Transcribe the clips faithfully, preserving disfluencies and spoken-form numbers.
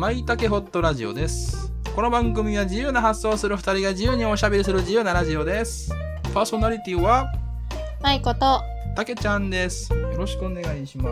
まいたけホットラジオです。この番組は自由な発想をするふたりが自由におしゃべりする自由なラジオです。パーソナリティはまいことたけちゃんです。よろしくお願いします。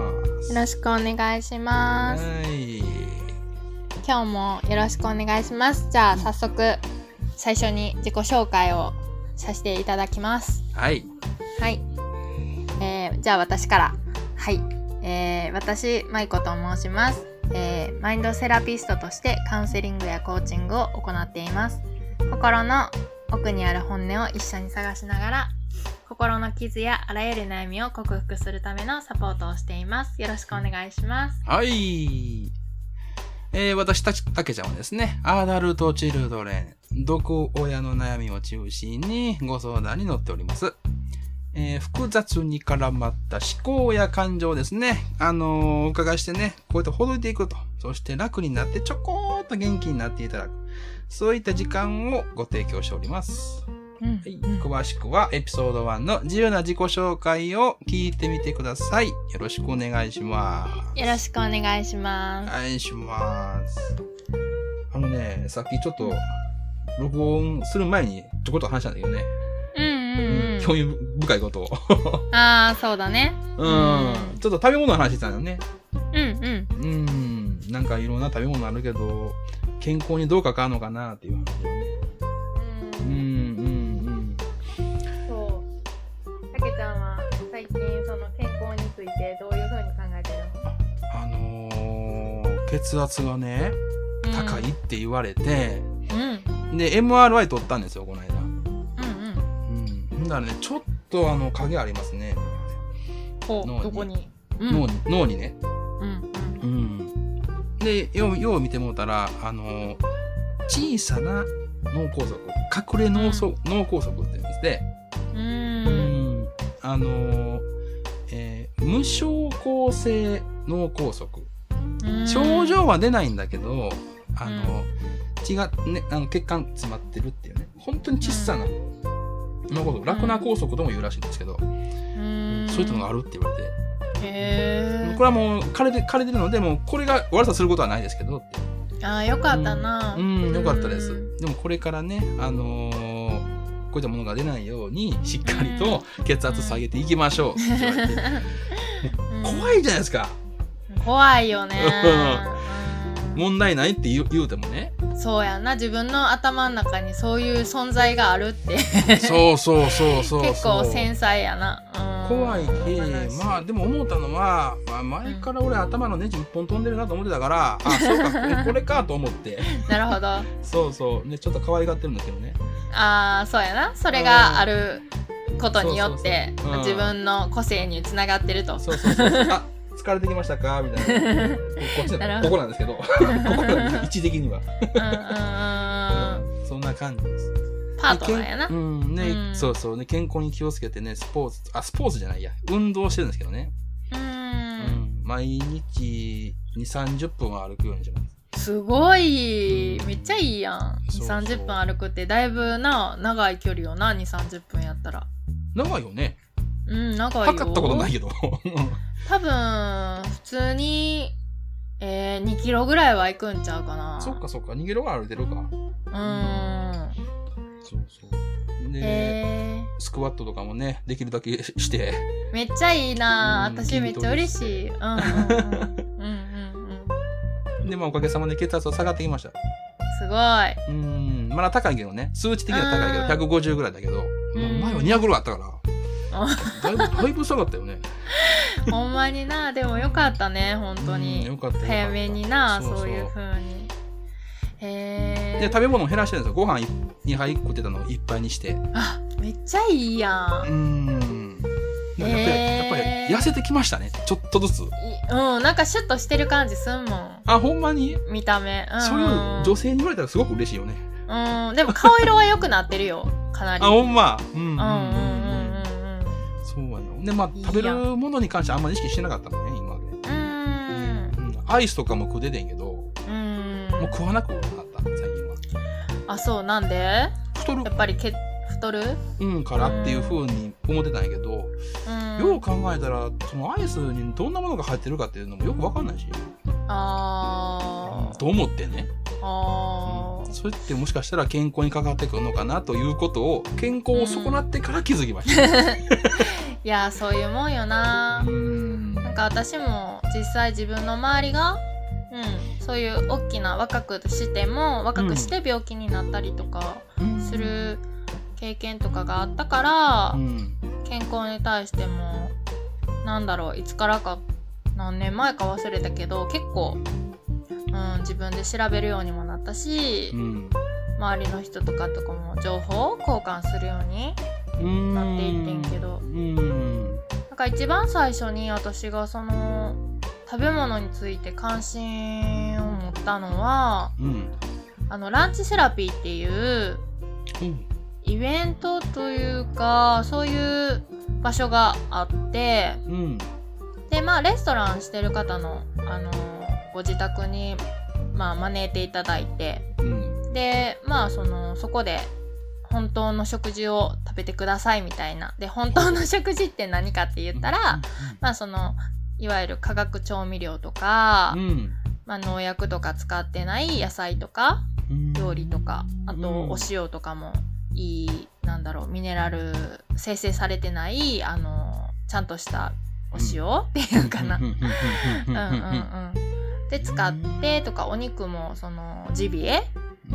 よろしくお願いします。 はい、 今日もよろしくお願いします。じゃあ早速最初に自己紹介をさせていただきます。 はいはい、えー、じゃあ私からはい、えー、私まいこと申します。えー、マインドセラピストとしてカウンセリングやコーチングを行っています。心の奥にある本音を一緒に探しながら心の傷やあらゆる悩みを克服するためのサポートをしています。よろしくお願いします。 はい、えー、私たたけちゃんはですね、アダルトチルドレン毒親の悩みを中心にご相談に乗っております。えー、複雑に絡まった思考や感情ですね。あのー、お伺いしてね、こうやってほどいていくと。そして楽になってちょこーっと元気になっていただく。そういった時間をご提供しております。 うんはい、詳しくはエピソードワンの自由な自己紹介を聞いてみてください。よろしくお願いします。 よろしくお願いします。 お願いします。あのね、さっきちょっと録音する前にちょこっと話したんだけどね。 うんうんうん。 興味深いことを。 ああ、そうだね。 うん。ちょっと食べ物の話してたよね。 うんうん。 うん。なんかいろんな食べ物あるけど、健康にどうかかんのかなっていう話だよね。うんうんうん。 そう。たけちゃんは最近その健康についてどういう風に考えてるの？ あのー、血圧がね、高いって言われて、 うん。 で、エムアールアイ 取ったんですよ、この間。だからね、ちょっとあの影ありますね。 ほう、 脳にどこに？ 脳に、脳にね。 うんうん。で、よう、よう見てもうたら、あの、小さな脳梗塞、隠れ脳そ、脳梗塞って言うんですね。 うん。 うん。あの、えー、無症候性脳梗塞。症状は出ないんだけど、あの、血がね、あの血管詰まってるっていうね。本当に小さな。のこと、ラクナ梗塞とも言うらしいんですけど、うん、そういったのがあるって言われて、 へー、 これはもう枯れて枯れてるので、もうこれが悪さすることはないですけどって。 ああ、よかったな。 うん、うん、よかったです。でもこれからね、あのー、こういったものが出ないようにしっかりと血圧下げていきましょうって言われて、怖いじゃないですか。 怖いよね。 問題ないって言う、言うてもね。 そうやな、自分の頭の中にそういう存在があるってそうそうそうそう結構繊細やな。 怖いけ、まあでも思ったのは、まあ、前から俺頭のネジ一本飛んでるなと思ってたから、うん、あ、そうか、これかと思ってなるほど。 そうそうね、ちょっと可愛がってるんだけどね。あああ、そうやな、それがあることによって自分の個性につながってると。 そうそうそうあ、疲れてきましたかみたいな。こっちのここなんですけどここなんです、位置的にはうんうん、そんな感じです。 パートナーやな。 うんね、うん、そうそうね、健康に気をつけてね、スポーツ、あ、スポーツじゃないや、運動してるんですけどね。うん、うん、毎日に、さんじゅっぷんは歩くようにします。 すごい、めっちゃいいやん。に、さんじゅっぷん歩くってだいぶな、長い距離よな、に、さんじゅっぷんやったら。 長いよね。 うん、長いよ。 測ったことないけど。 多分、普通に、えー、にキロぐらいは行くんちゃうかな。 そっかそっか、にキロは歩いてるか。 うーん。 そうそう。で、えー、スクワットとかもね、できるだけして。 めっちゃいいな、うん、私めっちゃ嬉しい。うんうんうん。うんうんうん。で、まあおかげさまで血圧は下がってきました。 すごい。 うん、まだ高いけどね。数値的には高いけど、ひゃくごじゅうぐらいだけど、前はにひゃくぐらいあったから。だいぶ、だいぶ下がったよね。 ほんまにな、でもよかったね、本当に。 よかった。 早めにな、そうそうそういう風に。へー。 で、食べ物を減らしてるんですよ。ご飯にはい食ってたのをいっぱいにして。 あ、めっちゃいいやん。 うん。やっぱり、やっぱり痩せてきましたね。ちょっとずつ。 うん、なんかシュッとしてる感じすんもん。 あ、ほんまに？ 見た目。うん、 そういう女性に言われたらすごく嬉しいよね。 うん、でも顔色は良くなってるよ。かなり。 あ、ほんま。うん。 うんうんうんうんうん。 そうやな。で、まあ、食べるものに関してあんまり意識してなかったのね、今まで。 うーん。 アイスとかも食うててんけど、うん。もう食わなくなった、最近は。 あ、そう、なんで？ 太る。 やっぱりけ太る？ うん、からっていう風に思ってたんやけど、うん、よう考えたら、そのアイスにどんなものが入ってるかっていうのもよくわかんないし。 あと思ってね。 あうん、それってもしかしたら健康に関わってくるのかなということを健康を損なってから気づきました。うん、 いやそういうもんよな。 うん、 なんか私も実際自分の周りが、うん、そういう大きな若くしても若くして病気になったりとかする経験とかがあったから、うん、健康に対してもなんだろういつからか何年前か忘れたけど結構、うん、自分で調べるようにもなったし、うん、周りの人とかとかも情報を交換するようになっていってんけど、うん、なんか一番最初に私がその食べ物について関心を持ったのは、うん、あのランチセラピーっていう、うん、イベントというかそういう場所があって、うん、でまあレストランしてる方の、あのー、ご自宅に、まあ、招いていただいて、うん、でまあそのそこで本当の食事を食べてくださいみたいな。で本当の食事って何かって言ったら、うん、まあそのいわゆる化学調味料とか、うんまあ、農薬とか使ってない野菜とか、うん、料理とかあとお塩とかもいいなんだろうミネラル生成されてないあのちゃんとしたお塩、うん、っていうかなうんうんうんで使ってとかお肉もそのジビエ、うん、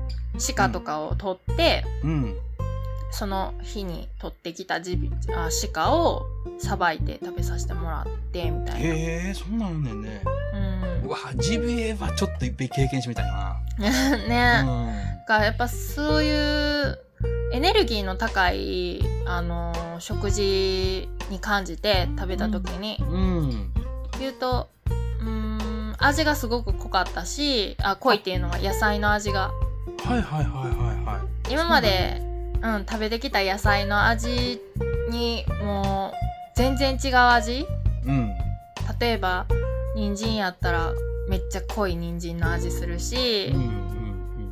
鹿とかを取って、うん、その日に取ってきたジビあ鹿をさばいて食べさせてもらってみたいな。 へえそんなのねんね。うん、うわジビエはちょっといっぺん経験してみたいな。 ね、うん、がやっぱそういうエネルギーの高いあのー、食事に感じて食べた時に、うんうん、言うとうーん味がすごく濃かったしあ濃いっていうのは野菜の味がはいはいはいはいはい今まで、うん、食べてきた野菜の味にもう全然違う味、うん、例えば人参やったらめっちゃ濃い人参の味するし、うんうんうん、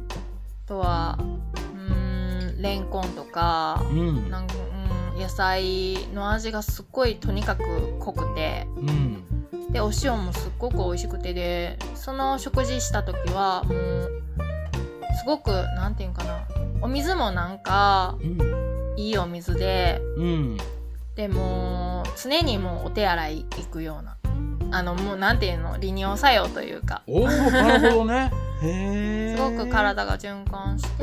あとはうーんレンコンとか、うん、なんか、うん、野菜の味がすっごいとにかく濃くて、うん、でお塩もすっごく美味しくてでその食事した時はもうすごくなんていうんかなお水もなんか、うん、いいお水で、うん、でも常にもうお手洗い行くようなあのもうなんていうの利尿作用というかおーなるほどねへすごく体が循環して、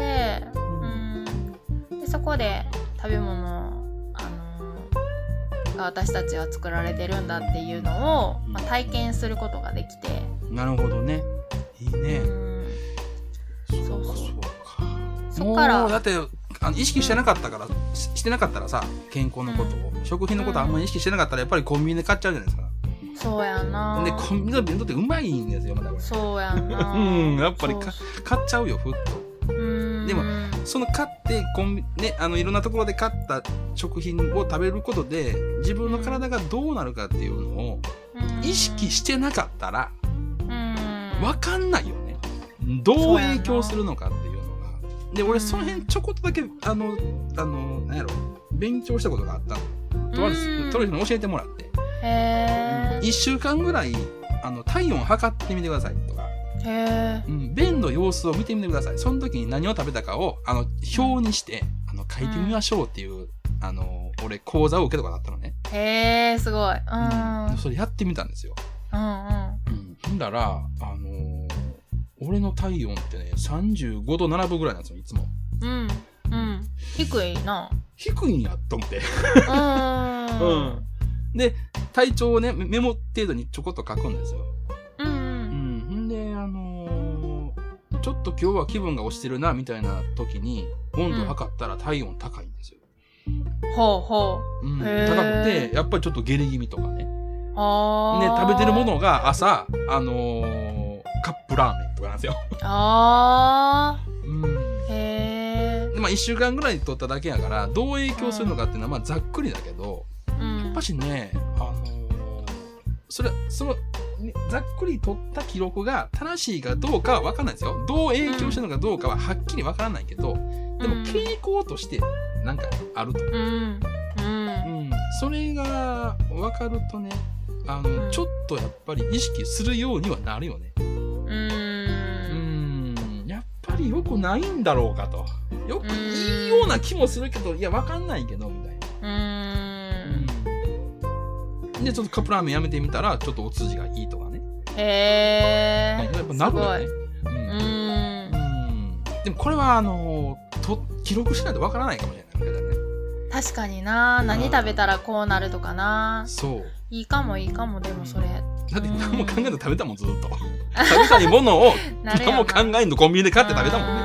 うんうん、でそこで食べ物、あのー、が私たちは作られてるんだっていうのを、まあ、体験することができてなるほどねいいね、うん、 そうそうそうかそっからだってあの意識してなかったから、うん、し, してなかったらさ健康のことを、うん、食品のことあんまり意識してなかったらやっぱりコンビニで買っちゃうじゃないですかそうやなでコンビニの弁当ってうまいんですよまだこれそうやなうんやっぱりか買っちゃうよふっとうんでもその買ってコンビねあのいろんなところで買った食品を食べることで自分の体がどうなるかっていうのを意識してなかったら分かんないよねどう影響するのかっていうのがで俺その辺ちょこっとだけあのあのなんやろ勉強したことがあったのとあるとある人に教えてもらってへーいっしゅうかんぐらいあの体温を測ってみてくださいとかへー、うん、便の様子を見てみてくださいその時に何を食べたかをあの表にしてあの書いてみましょうっていう、うん、あの俺講座を受けとかだったのねへーすごい、うんうん、それやってみたんですようんうん、うん、だからあのー、俺の体温ってねさんじゅうごどななぶぐらいなんですよいつもうんうん低いな低いんやと思ってうんで、体調をね、メモ程度にちょこっと書くんですよ。うんうん。うん。んで、あのー、ちょっと今日は気分が落ちてるな、みたいな時に、温度測ったら体温高いんですよ。 ほうほう。うん。高くて、やっぱりちょっと下痢気味とかね。あー。ね、食べてるものが朝、あのー、カップラーメンとかなんですよ。あー。うん。へー。で、まあ、一週間ぐらい取っただけやから、どう影響するのかっていうのは、まあ、ざっくりだけど、やっぱしね、あのー、それ、その、ね、ざっくり取った記録が正しいかどうかは分からないですよ。どう影響してるのかどうかははっきり分からないけど、でも傾向としてなんかあると。うん。うん。うん、それが分かるとね、あの、ちょっとやっぱり意識するようにはなるよね。うん。 り良くないんだろうかと。よくいいような気もするけど、いや、わかんないけど、みたいな。うーん。で、ちょっとカップラーメンやめてみたら、ちょっとお通じがいいとかね。 へー。 やっぱなるんだよね。 うん。うん。 でもこれは、あのー、と、記録しないとわからないかもしれないけどね。 確かにな。何食べたらこうなるとかな。 そう。いいかもいいかも、でもそれ。 だって何も考えんと食べたもん、ずっと。食べたいものを何も考えんとコンビニで買って食べたもんね。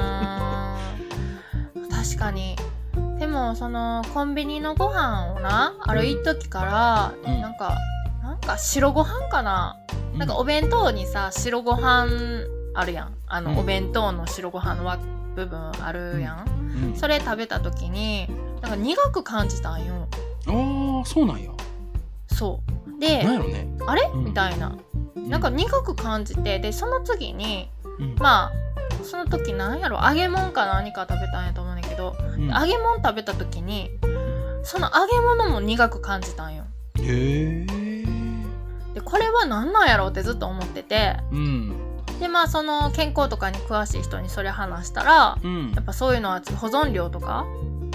確かに。でもそのコンビニのご飯をな、ある一時から、うん、なんかなんか白ご飯かな、うん、なんかお弁当にさ白ご飯あるやん。あの、うん、お弁当の白ご飯の部分あるやん。うんうん、それ食べた時になんか苦く感じたんよ。 ああ、そうなんや。 そう。で、 なんやろね、 あれ、 うん、 みたいな。なんか苦く感じて、で、その次に、うん、まあ、その時なんやろ、揚げ物か何か食べたんやと思うんだけど、うん、揚げ物食べた時に、その揚げ物も苦く感じたんよ。 へー。 で、これは何なんやろうってずっと思ってて、 うん、で、 まあ、その健康とかに詳しい人にそれ話したら、うん、やっぱそういうのは保存料とか、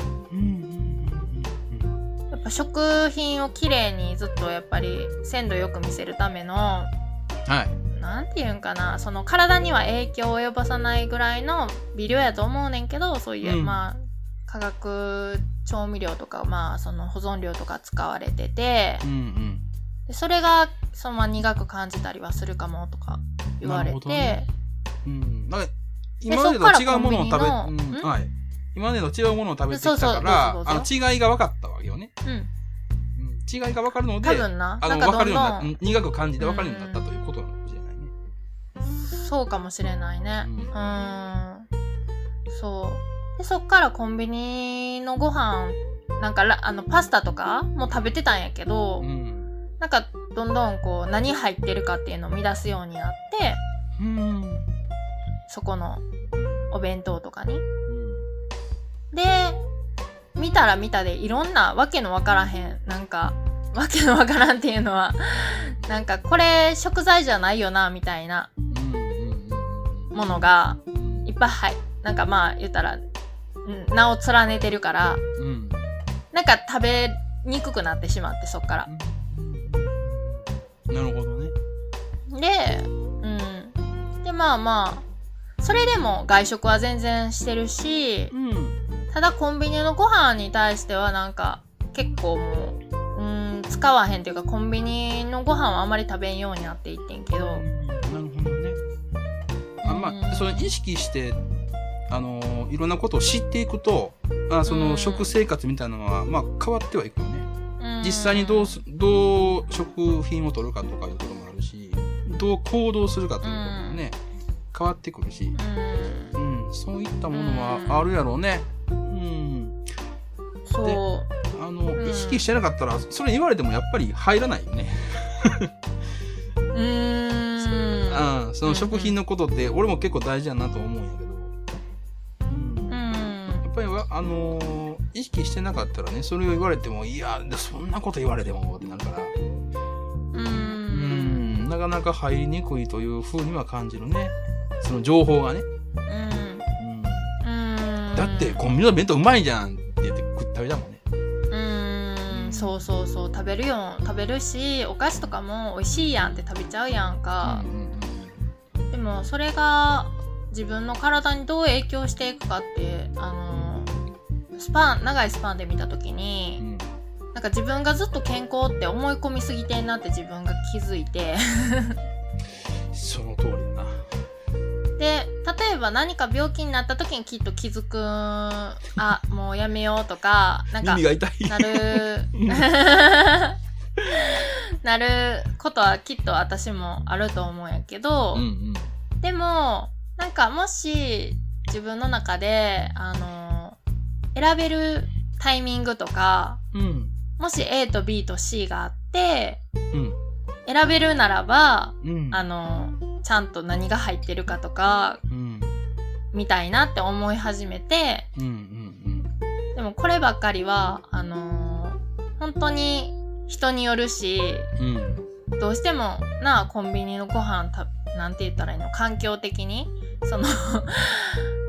やっぱ食品をきれいにずっとやっぱり鮮度よく見せるための、はい、なんていうんかな、その体には影響を及ぼさないぐらいの微量やと思うねんけど、そういう、うん、まあ化学調味料とか、まあその保存料とか使われてて、うんうん、でそれがそのまま苦く感じたりはするかもとか言われて、ね、うん、なんか今までと違うものを食べ、うん、はい、今までの違うものを食べてきたから、あの違いが分かったわけよね。うん。うん、違いが分かるので、 多分な、 あの分かるようにな、苦く感じて分かるようになったということなのかもしれないね。 そうかもしれないね。うん。うーん、そう。で、そっからコンビニのご飯、なんかあのパスタとかも食べてたんやけど、うん、なんかどんどんこう何入ってるかっていうのを見出すようになって、うん、そこのお弁当とかに。で、見たら見たでいろんなわけのわからへん、なんかわけのわからんっていうのはなんかこれ食材じゃないよなみたいなものがいっぱい入っ、なんかまあ言ったら名を連ねてるから、うん、なんか食べにくくなってしまって、そっから、 うん、なるほどね。 で、うん、でまあまあそれでも外食は全然してるし、うん、ただコンビニのご飯に対してはなんか結構もう、うーん、使わへんっていうかコンビニのご飯はあんまり食べんようになっていってんけど。なるほどね。あ、まあ、それ意識してあのいろんなことを知っていくと、あ、その食生活みたいなのはまあ変わってはいくよね。実際にどうすどう食品を取るかとかいうこともあるし、どう行動するかということもね、変わってくるし、うん、うん、そういったものはあるやろうね。うん、 そう。 あの、うん、意識してなかったらそれ言われてもやっぱり入らないよね。うーん、うん、その食品のことって俺も結構大事だなと思うんやけど、うん、やっぱりあのー、意識してなかったらね、それを言われても、いやそんなこと言われてもってなるから、うーん、うん、なかなか入りにくいという風には感じるね、その情報がね。だってコンビニの弁当うまいじゃんって言って食って食べたもんね。 うーん、そうそうそう、食べるよ、食べるし、お菓子とかも美味しいやんって食べちゃうやんか、うんうん、でもそれが自分の体にどう影響していくかって、あのスパン長いスパンで見た時に、うん、なんか自分がずっと健康って思い込みすぎてんなって自分が気づいてその通りだな。 で、例えば何か病気になった時にきっと気づく、あ、もうやめようとか、なんか耳が痛いなるなることはきっと私もあると思うんやけど、うんうん、でもなんかもし自分の中であの選べるタイミングとか、うん、もし A と B と C があって、うん、選べるならば、うん、あのちゃんと何が入ってるかとか、うん、みたいなって思い始めて、うんうんうん、でもこればっかりはあのー、本当に人によるし、うん、どうしてもな、コンビニのご飯たなんて言ったらいいの、環境的にその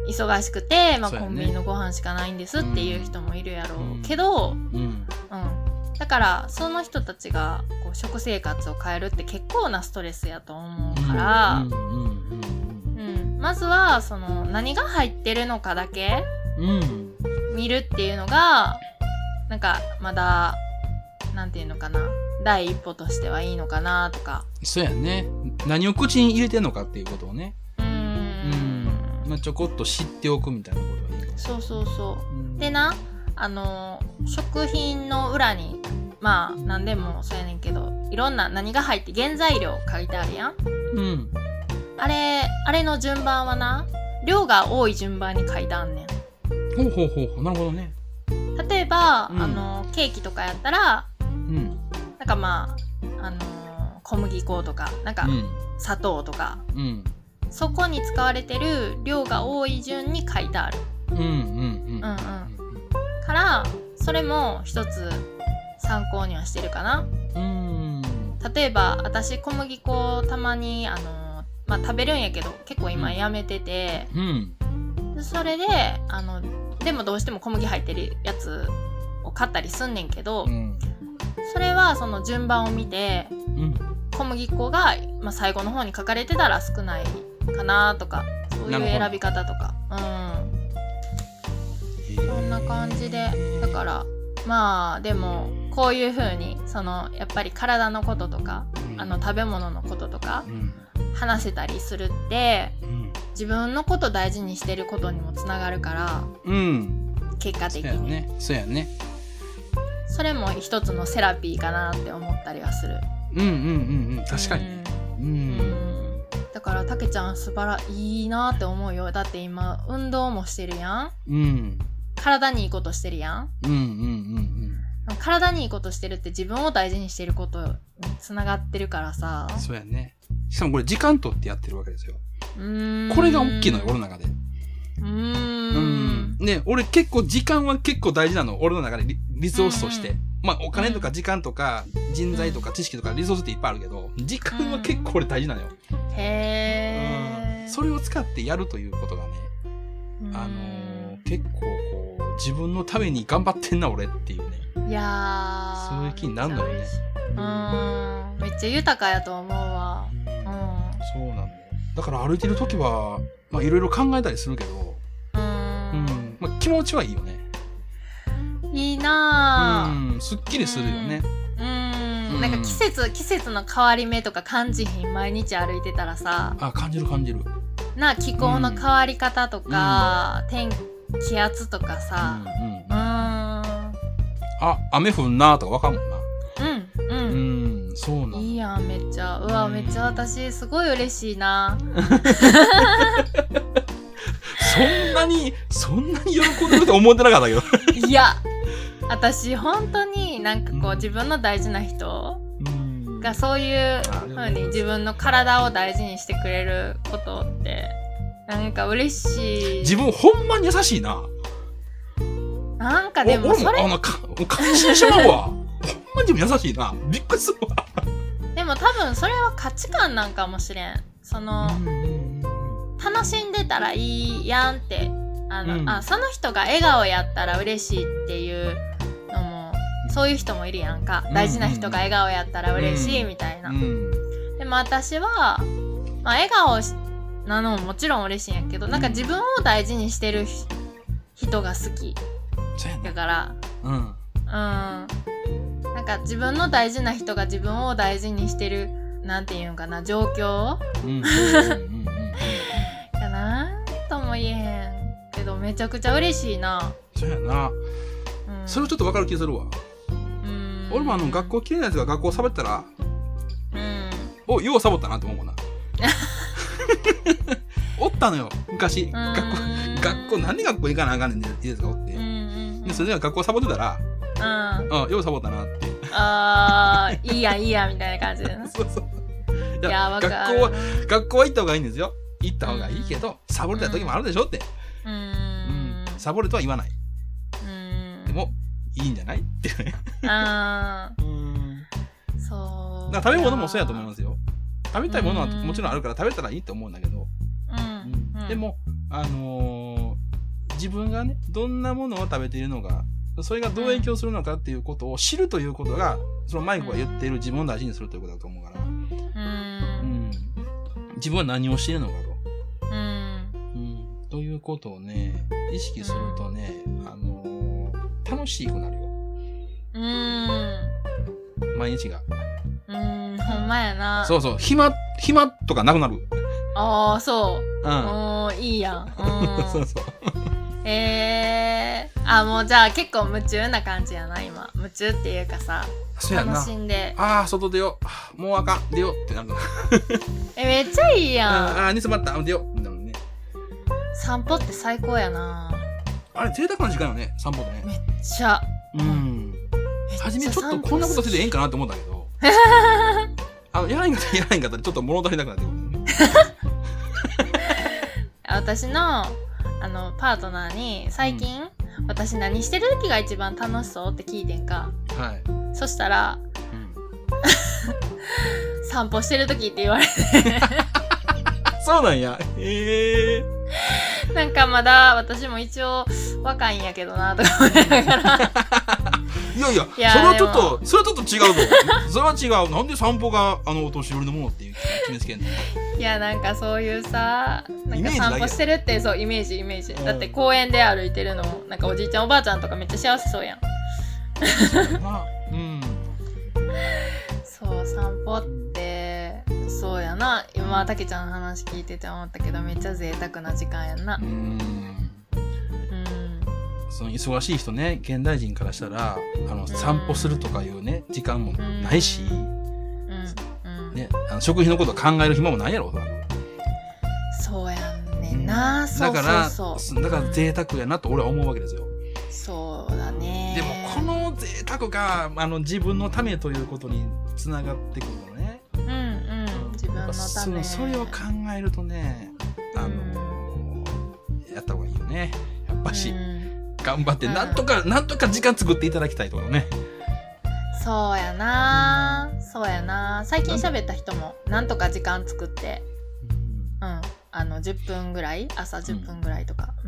忙しくて、まあ、 そうやねコンビニのご飯しかないんですっていう人もいるやろうんうけど、 うんうん、だからその人たちがこう食生活を変えるって結構なストレスやと思うから、 うんうんうんうん、まずはその何が入ってるのかだけうんうん見るっていうのがなんかまだなんていうのかな第一歩としてはいいのかなとか。 そうやね。何を口に入れてんのかっていうことをね。 うーんうんまあ、ちょこっと知っておくみたいなことはいいかもしれない。 そうそうそう。 うんでな、あの食品の裏にまあ何でもそうやねんけどいろんな何が入って原材料書いてあるやん。 うん。 あれあれの順番はな量が多い順番に書いてあんねん。 ほうほうほうほう。なるほどね。 例えば、 うんあのケーキとかやったらうん。 なんかまああの小麦粉とかなんかうん。 砂糖とか、 うん。 そこに使われてる量が多い順に書いてある。 うん。うん。うん。 うんうん。からそれも一つ参考にはしてるかな。 うん。 例えば私小麦粉たまにあの、まあ、食べるんやけど結構今やめてて、 うん。 でそれであのでもどうしても小麦入ってるやつを買ったりすんねんけど、 うん。 それはその順番を見てうん。 小麦粉が、まあ、最後の方に書かれてたら少ないかなとかそういう選び方とかうんそんな感じでだからまあでもこういう風にそのやっぱり体のこととか、 うん、 あの食べ物のこととかうん。 話せたりするってうん。 自分のこと大事にしてることにもつながるからうん。 結果的にそうやね。そうやね。 それも一つのセラピーかなって思ったりはする。 うんうんうんうん。確かに。う。 うんんだからたけちゃん素晴らいいなって思うよ。だって今運動もしてるやん。 うん。 体にいいことしてるやん。 うんうんうん体にいいことしてるって自分を大事にしてることにつながってるからさ。 うん。そうやね。しかもこれ時間取ってやってるわけですよ。 うーんこれが大きいのよ、俺の中で。 うーうんん。ね、俺結構時間は結構大事なの。俺の中でリリソースとして。 うんまあお金とか時間とか人材とか知識とかリソースっていっぱいあるけど、時間は結構俺大事なのよ。 へー。 うん。それを使ってやるということがね、 うんあのー、結構こう、自分のために頑張ってんな俺っていうね。 いやーそういう気になるのよね。 うーんめっちゃ豊かやと思うわ。 うんうんそうなんだよ。だから歩いてるときは、まあいろいろ考えたりするけど、 ううんん。まあ気持ちはいいよね。 いいなぁ。 うん。すっきりするよね。 うんうんなんか季節季節の変わり目とか感じひん毎日歩いてたらさあ、感じる感じる。 な気候の変わり方とか、天気圧とかさうんうんうーんあ、雨降んなーとかわかんもんな。 うんううんん、そうなんだ。 いいやんめっちゃうわうんめっちゃ私すごい嬉しいなそんなに、そんなに喜んでると思ってなかったけど。 いや私本当になんかこううん自分の大事な人うんがそういう風に自分の体を大事にしてくれることってなんか嬉しい自分ほんまに優しいな。 なんかでもおそれ俺もあのか感心してまうわ。ほんまに自分優しいな。びっくりするわ。 でも多分それは価値観なんかもしれんそのうんうんうん楽しんでたらいいやんってあの、 うんあその人が笑顔やったら嬉しいっていうのもそういう人もいるやんか、 うん大事な人が笑顔やったら嬉しいみたいな、 うんでも私は、まあ、笑顔なのももちろん嬉しいんやけどなんか自分を大事にしてるひ人が好きそうやね。 だからうん。 うんなんか自分の大事な人が自分を大事にしてるなんていうんかな状況うんうんうんうんかなとも言えへんけどめちゃくちゃ嬉しいな、 そうやな。 うん、 それをちょっとわかる気するわ。 うん俺もあの学校嫌いなやつが学校サボったら、 うんお、ようサボったなって思うもんな。おったのよ、昔。 うん学校、学校、なんで学校行かなあかんねんってやつがおってうんう。んで、それでは学校サボってたら、 うんあ、ようサボったなって。 あーいいやいいやみたいな感じでなそうそう。いいやわかる学校は、学校は行った方がいいんですよ。行った方がいいけど、サボれた時もあるでしょって。 ううんん。サボれとは言わない。 うんでも、いいんじゃないってね。 あうん。 ーそうだから食べ物もそうやと思いますよ。食べたいものはうんもちろんあるから食べたらいいと思うんだけど、 うん、うん、 でも、あの自分がね、どんなものを食べているのか、それがどう影響するのかっていうことを知るということが、そのマイコが言っている自分を大事にするということだと思うから。うん。うん、自分は何をしているのかと。うん。うん。ということをね、意識するとね、あのー、楽しくなるよ。うん。毎日が。 うん、ほんまやな。 そうそう。暇、暇とかなくなる。 ああ、そう。うん。おー、いいやん。うん。そうそう。えー。あ、もうじゃあ結構夢中な感じやな、今。夢中っていうかさ、楽しんで。 ああ、外出よう。もうあかん。出ようってなる。 え、めっちゃいいやん。 ああ、煮詰まった。出よう。ね、 散歩って最高やな。 あれ、贅沢な時間よね、散歩ってね。 めっちゃ。 うん。はじめちょっとこんなことしててええんかなって思ったけど。あの、やらんかったらやらんかったらちょっと物足りなくなってくる、ね。 私の、あの、パートナーに、最近、うん、私何してる時が一番楽しそうって聞いてんか。はい。そしたら、うん、散歩してる時って言われて。 そうなんや。へえー。 なんかまだ私も一応若いんやけどなとか思いながら。 いやいや、いやそれはちょっと、それはちょっと違うぞ。それは違う。なんで散歩があのお年寄りのものっていう決めつけんの？ いや、なんかそういうさ、なんか散歩してるってそうイメージイメージ。だって公園で歩いてるのもなんかおじいちゃんおばあちゃんとかめっちゃ幸せそうやん。うん。そう散歩ってそうやな。今たけちゃんの話聞いてて思ったけどめっちゃ贅沢な時間やんな。うん。 その忙しい人ね、現代人からしたらあの散歩するとかいうね時間もないし、うんうん、ね、あの食費のことを考える暇もないやろ。 そうやんねんな、うん、そうそうそう。 だからだから贅沢やなと俺は思うわけですよ。 そうだね。 でもこの贅沢があの自分のためということにつながってくるのね。 うんうん、自分のため。 そ, それを考えるとね、あの、うん、やった方がいいよね。やっぱし。うん頑張って、なんとか、うん、なんとか時間作っていただきたいところね。 そうやな、そうやな。最近喋った人も、なんとか時間作って、うん、うん、あの、じゅっぷんぐらい朝じゅっぷんぐらいとか。うん。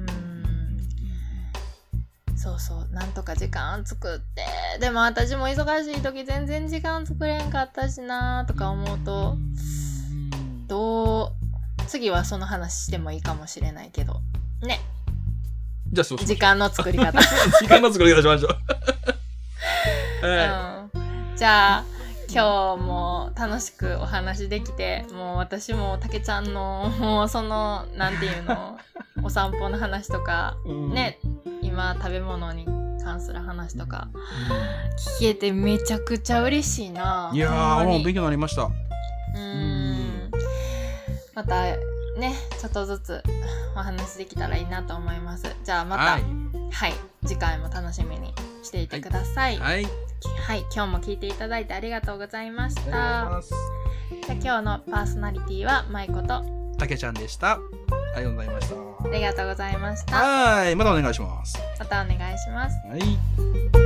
うん、そうそう、なんとか時間作って。でも私も忙しい時全然時間作れんかったしなとか思うと、どう、次はその話してもいいかもしれないけど。ね。 じゃあそうしましょう。 時間の作り方。 時間の作り方しましょう。 はい、うん。じゃあ今日も楽しくお話できて、もう私もたけちゃんのもうそのなんていうのお散歩の話とか、うん、ね、今食べ物に関する話とか、うん、聞けてめちゃくちゃ嬉しいな。 いやーもう勉強になりました。 うーん。またね、ちょっとずつお話できたらいいなと思います。じゃあまた、はい、はい、次回も楽しみにしていてください。はい、はい、今日も聞いていただいてありがとうございました。じゃあ今日のパーソナリティはまいことたけちゃんでした。ありがとうございました。 ありがとうございました。 はい、またお願いします。 またお願いします。 はい。